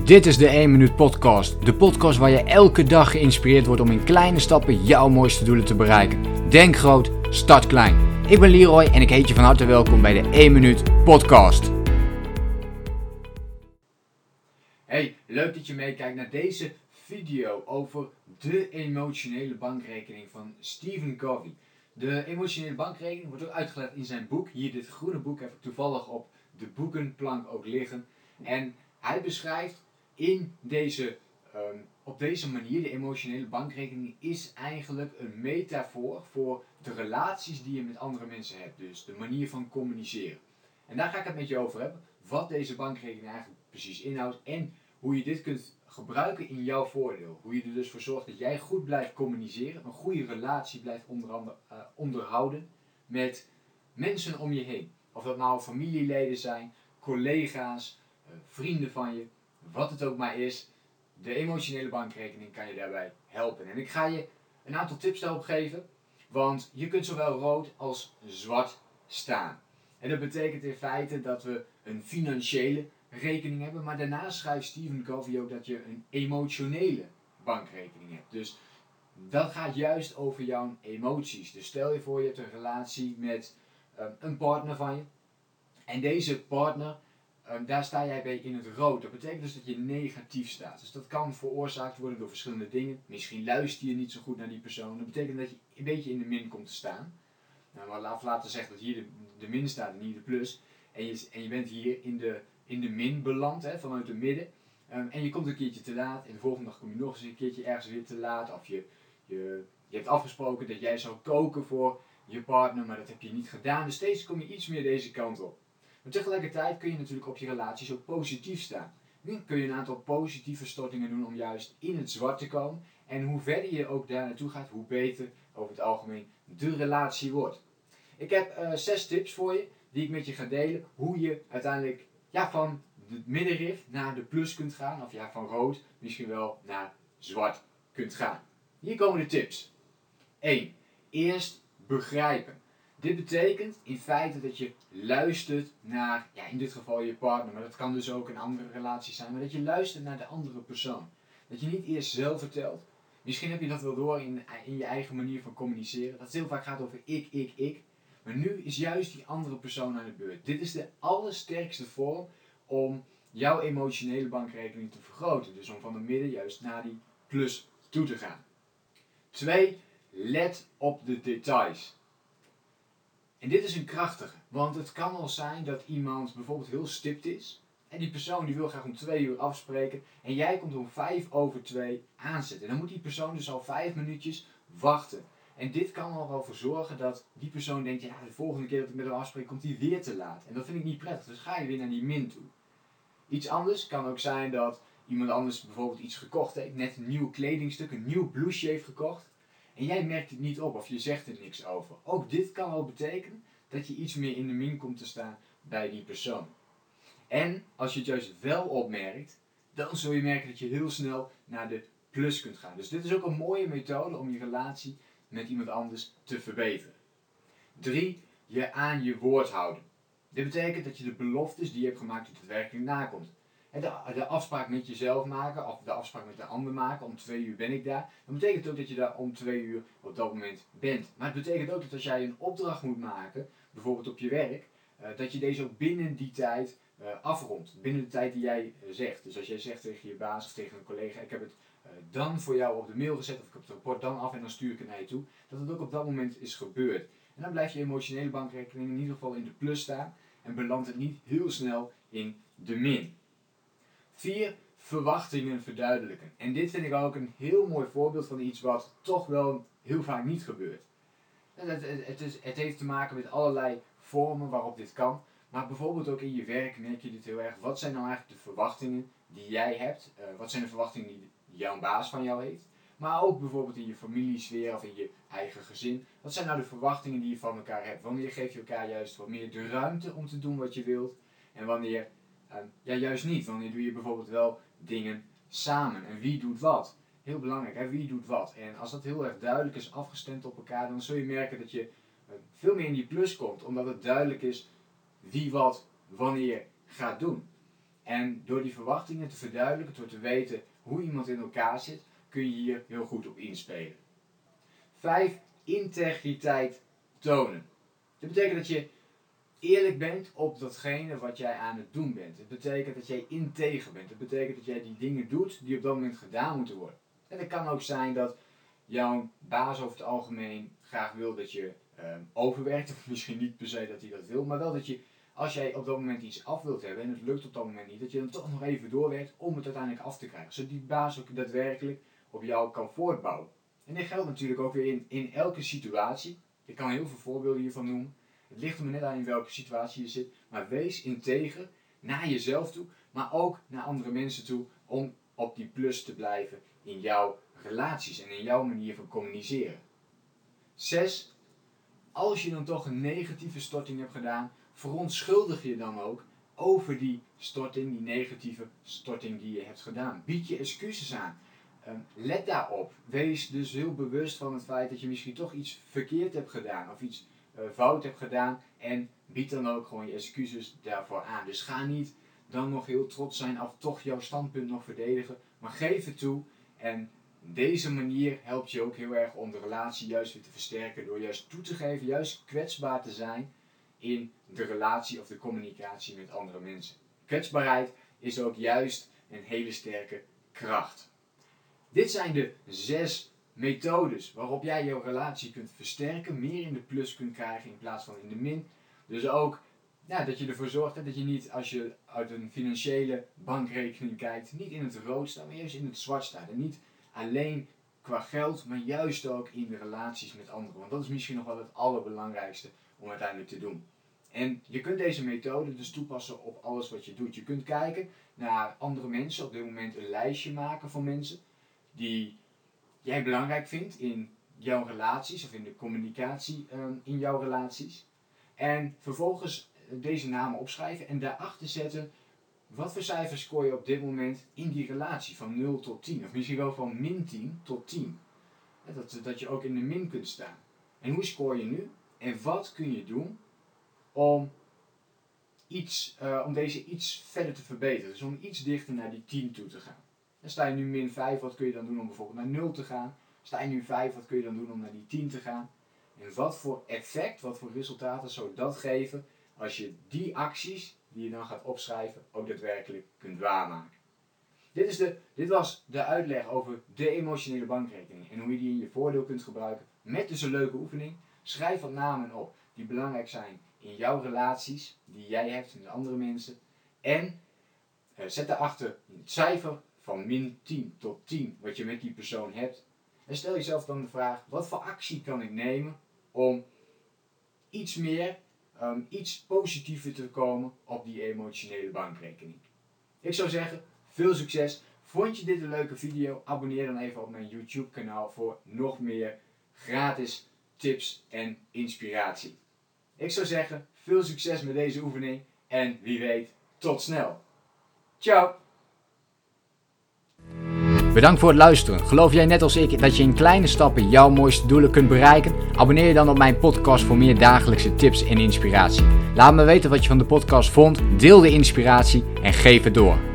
Dit is de 1 Minuut Podcast. De podcast waar je elke dag geïnspireerd wordt om in kleine stappen jouw mooiste doelen te bereiken. Denk groot, start klein. Ik ben Leroy en ik heet je van harte welkom bij de 1 Minuut Podcast. Hey, leuk dat je meekijkt naar deze video over de emotionele bankrekening van Stephen Covey. De emotionele bankrekening wordt ook uitgelegd in zijn boek. Hier, dit groene boek heb ik toevallig op de boekenplank ook liggen. En hij beschrijft op deze manier, de emotionele bankrekening is eigenlijk een metafoor voor de relaties die je met andere mensen hebt. Dus de manier van communiceren. En daar ga ik het met je over hebben. Wat deze bankrekening eigenlijk precies inhoudt en hoe je dit kunt gebruiken in jouw voordeel. Hoe je er dus voor zorgt dat jij goed blijft communiceren, een goede relatie blijft onderhouden met mensen om je heen. Of dat nou familieleden zijn, collega's, vrienden van je, wat het ook maar is. De emotionele bankrekening kan je daarbij helpen. En ik ga je een aantal tips daarop geven, want je kunt zowel rood als zwart staan. En dat betekent in feite dat we een financiële rekening hebben, maar daarna schrijft Stephen Covey ook dat je een emotionele bankrekening hebt. Dus dat gaat juist over jouw emoties. Dus stel je voor je hebt een relatie met een partner van je en deze partner, daar sta jij bij in het rood. Dat betekent dus dat je negatief staat. Dus dat kan veroorzaakt worden door verschillende dingen. Misschien luister je niet zo goed naar die persoon. Dat betekent dat je een beetje in de min komt te staan. Nou, maar laten we zeggen dat hier de min staat en hier de plus. En je bent hier in de min beland, vanuit het midden. En je komt een keertje te laat. En de volgende dag kom je nog eens een keertje ergens weer te laat. Of je hebt afgesproken dat jij zou koken voor je partner, maar dat heb je niet gedaan. Dus steeds kom je iets meer deze kant op. Maar tegelijkertijd kun je natuurlijk op je relaties ook positief staan. Nu kun je een aantal positieve stortingen doen om juist in het zwart te komen. En hoe verder je ook daar naartoe gaat, hoe beter over het algemeen de relatie wordt. Ik heb 6 tips voor je die ik met je ga delen. Hoe je uiteindelijk van de middenrif naar de plus kunt gaan. Of van rood misschien wel naar zwart kunt gaan. Hier komen de tips. 1. Eerst begrijpen. Dit betekent in feite dat je luistert naar, in dit geval je partner, maar dat kan dus ook een andere relatie zijn, maar dat je luistert naar de andere persoon. Dat je niet eerst zelf vertelt. Misschien heb je dat wel door in je eigen manier van communiceren. Dat het heel vaak gaat over ik. Maar nu is juist die andere persoon aan de beurt. Dit is de allersterkste vorm om jouw emotionele bankrekening te vergroten. Dus om van de midden juist naar die plus toe te gaan. 2. Let op de details. En dit is een krachtige, want het kan wel zijn dat iemand bijvoorbeeld heel stipt is. En die persoon die wil graag om 2 uur afspreken. En jij komt om 2:05 aanzetten. En dan moet die persoon dus al 5 minuutjes wachten. En dit kan er wel voor zorgen dat die persoon denkt, de volgende keer dat ik met hem afspreek komt hij weer te laat. En dat vind ik niet prettig, dus ga je weer naar die min toe. Iets anders kan ook zijn dat iemand anders bijvoorbeeld iets gekocht heeft. Net een nieuw kledingstuk, een nieuw blouseje heeft gekocht. En jij merkt het niet op of je zegt er niks over. Ook dit kan ook betekenen dat je iets meer in de min komt te staan bij die persoon. En als je het juist wel opmerkt, dan zul je merken dat je heel snel naar de plus kunt gaan. Dus dit is ook een mooie methode om je relatie met iemand anders te verbeteren. 3. Je aan je woord houden. Dit betekent dat je de beloftes die je hebt gemaakt daadwerkelijk nakomt. De afspraak met jezelf maken, of de afspraak met de ander maken, om 2 uur ben ik daar. Dat betekent ook dat je daar om 2 uur op dat moment bent. Maar het betekent ook dat als jij een opdracht moet maken, bijvoorbeeld op je werk, dat je deze ook binnen die tijd afrondt. Binnen de tijd die jij zegt. Dus als jij zegt tegen je baas of tegen een collega, ik heb het dan voor jou op de mail gezet, of ik heb het rapport dan af en dan stuur ik het naar je toe, dat het ook op dat moment is gebeurd. En dan blijft je emotionele bankrekening in ieder geval in de plus staan en belandt het niet heel snel in de min. 4. Verwachtingen verduidelijken. En dit vind ik ook een heel mooi voorbeeld van iets wat toch wel heel vaak niet gebeurt. Het heeft te maken met allerlei vormen waarop dit kan. Maar bijvoorbeeld ook in je werk merk je dit heel erg. Wat zijn nou eigenlijk de verwachtingen die jij hebt? Wat zijn de verwachtingen die jouw baas van jou heeft? Maar ook bijvoorbeeld in je familiesfeer of in je eigen gezin. Wat zijn nou de verwachtingen die je van elkaar hebt? Wanneer geef je elkaar juist wat meer de ruimte om te doen wat je wilt? En wanneer juist niet. Wanneer doe je bijvoorbeeld wel dingen samen? En wie doet wat? Heel belangrijk, wie doet wat? En als dat heel erg duidelijk is afgestemd op elkaar, dan zul je merken dat je veel meer in die plus komt. Omdat het duidelijk is wie wat wanneer gaat doen. En door die verwachtingen te verduidelijken, door te weten hoe iemand in elkaar zit, kun je hier heel goed op inspelen. 5. Integriteit tonen. Dat betekent dat je eerlijk bent op datgene wat jij aan het doen bent. Het betekent dat jij integer bent. Het betekent dat jij die dingen doet die op dat moment gedaan moeten worden. En het kan ook zijn dat jouw baas over het algemeen graag wil dat je overwerkt. Of misschien niet per se dat hij dat wil, maar wel dat je, als jij op dat moment iets af wilt hebben en het lukt op dat moment niet, dat je dan toch nog even doorwerkt om het uiteindelijk af te krijgen. Zodat die baas ook daadwerkelijk op jou kan voortbouwen. En dit geldt natuurlijk ook weer in elke situatie. Ik kan heel veel voorbeelden hiervan noemen. Het ligt er maar net aan in welke situatie je zit. Maar wees integer naar jezelf toe, maar ook naar andere mensen toe, om op die plus te blijven in jouw relaties en in jouw manier van communiceren. 6. Als je dan toch een negatieve storting hebt gedaan, verontschuldig je dan ook over die storting, die negatieve storting die je hebt gedaan. Bied je excuses aan. Let daarop. Wees dus heel bewust van het feit dat je misschien toch iets verkeerd hebt gedaan of iets fout hebt gedaan en bied dan ook gewoon je excuses daarvoor aan. Dus ga niet dan nog heel trots zijn of toch jouw standpunt nog verdedigen, maar geef het toe. En deze manier helpt je ook heel erg om de relatie juist weer te versterken door juist toe te geven, juist kwetsbaar te zijn in de relatie of de communicatie met andere mensen. Kwetsbaarheid is ook juist een hele sterke kracht. Dit zijn de 6 methodes waarop jij jouw relatie kunt versterken, meer in de plus kunt krijgen in plaats van in de min. Dus ook dat je ervoor zorgt dat je niet, als je uit een financiële bankrekening kijkt, niet in het rood staat, maar juist in het zwart staat. En niet alleen qua geld, maar juist ook in de relaties met anderen. Want dat is misschien nog wel het allerbelangrijkste om uiteindelijk te doen. En je kunt deze methode dus toepassen op alles wat je doet. Je kunt kijken naar andere mensen, op dit moment een lijstje maken van mensen die jij belangrijk vindt in jouw relaties of in de communicatie in jouw relaties. En vervolgens deze namen opschrijven en daarachter zetten wat voor cijfers scoor je op dit moment in die relatie van 0 tot 10. Of misschien wel van min 10 tot 10. Dat je ook in de min kunt staan. En hoe scoor je nu? En wat kun je doen om deze iets verder te verbeteren? Dus om iets dichter naar die 10 toe te gaan. Dan sta je nu min 5, wat kun je dan doen om bijvoorbeeld naar 0 te gaan? Sta je nu 5, wat kun je dan doen om naar die 10 te gaan? En wat voor effect, wat voor resultaten zou dat geven als je die acties die je dan gaat opschrijven ook daadwerkelijk kunt waarmaken? Dit was de uitleg over de emotionele bankrekening en hoe je die in je voordeel kunt gebruiken met dus een leuke oefening. Schrijf wat namen op die belangrijk zijn in jouw relaties die jij hebt met andere mensen en zet daarachter het cijfer van min 10 tot 10 wat je met die persoon hebt. En stel jezelf dan de vraag, wat voor actie kan ik nemen om iets positiever te komen op die emotionele bankrekening. Ik zou zeggen, veel succes. Vond je dit een leuke video? Abonneer dan even op mijn YouTube kanaal voor nog meer gratis tips en inspiratie. Ik zou zeggen, veel succes met deze oefening en wie weet, tot snel. Ciao! Bedankt voor het luisteren. Geloof jij net als ik dat je in kleine stappen jouw mooiste doelen kunt bereiken? Abonneer je dan op mijn podcast voor meer dagelijkse tips en inspiratie. Laat me weten wat je van de podcast vond, deel de inspiratie en geef het door.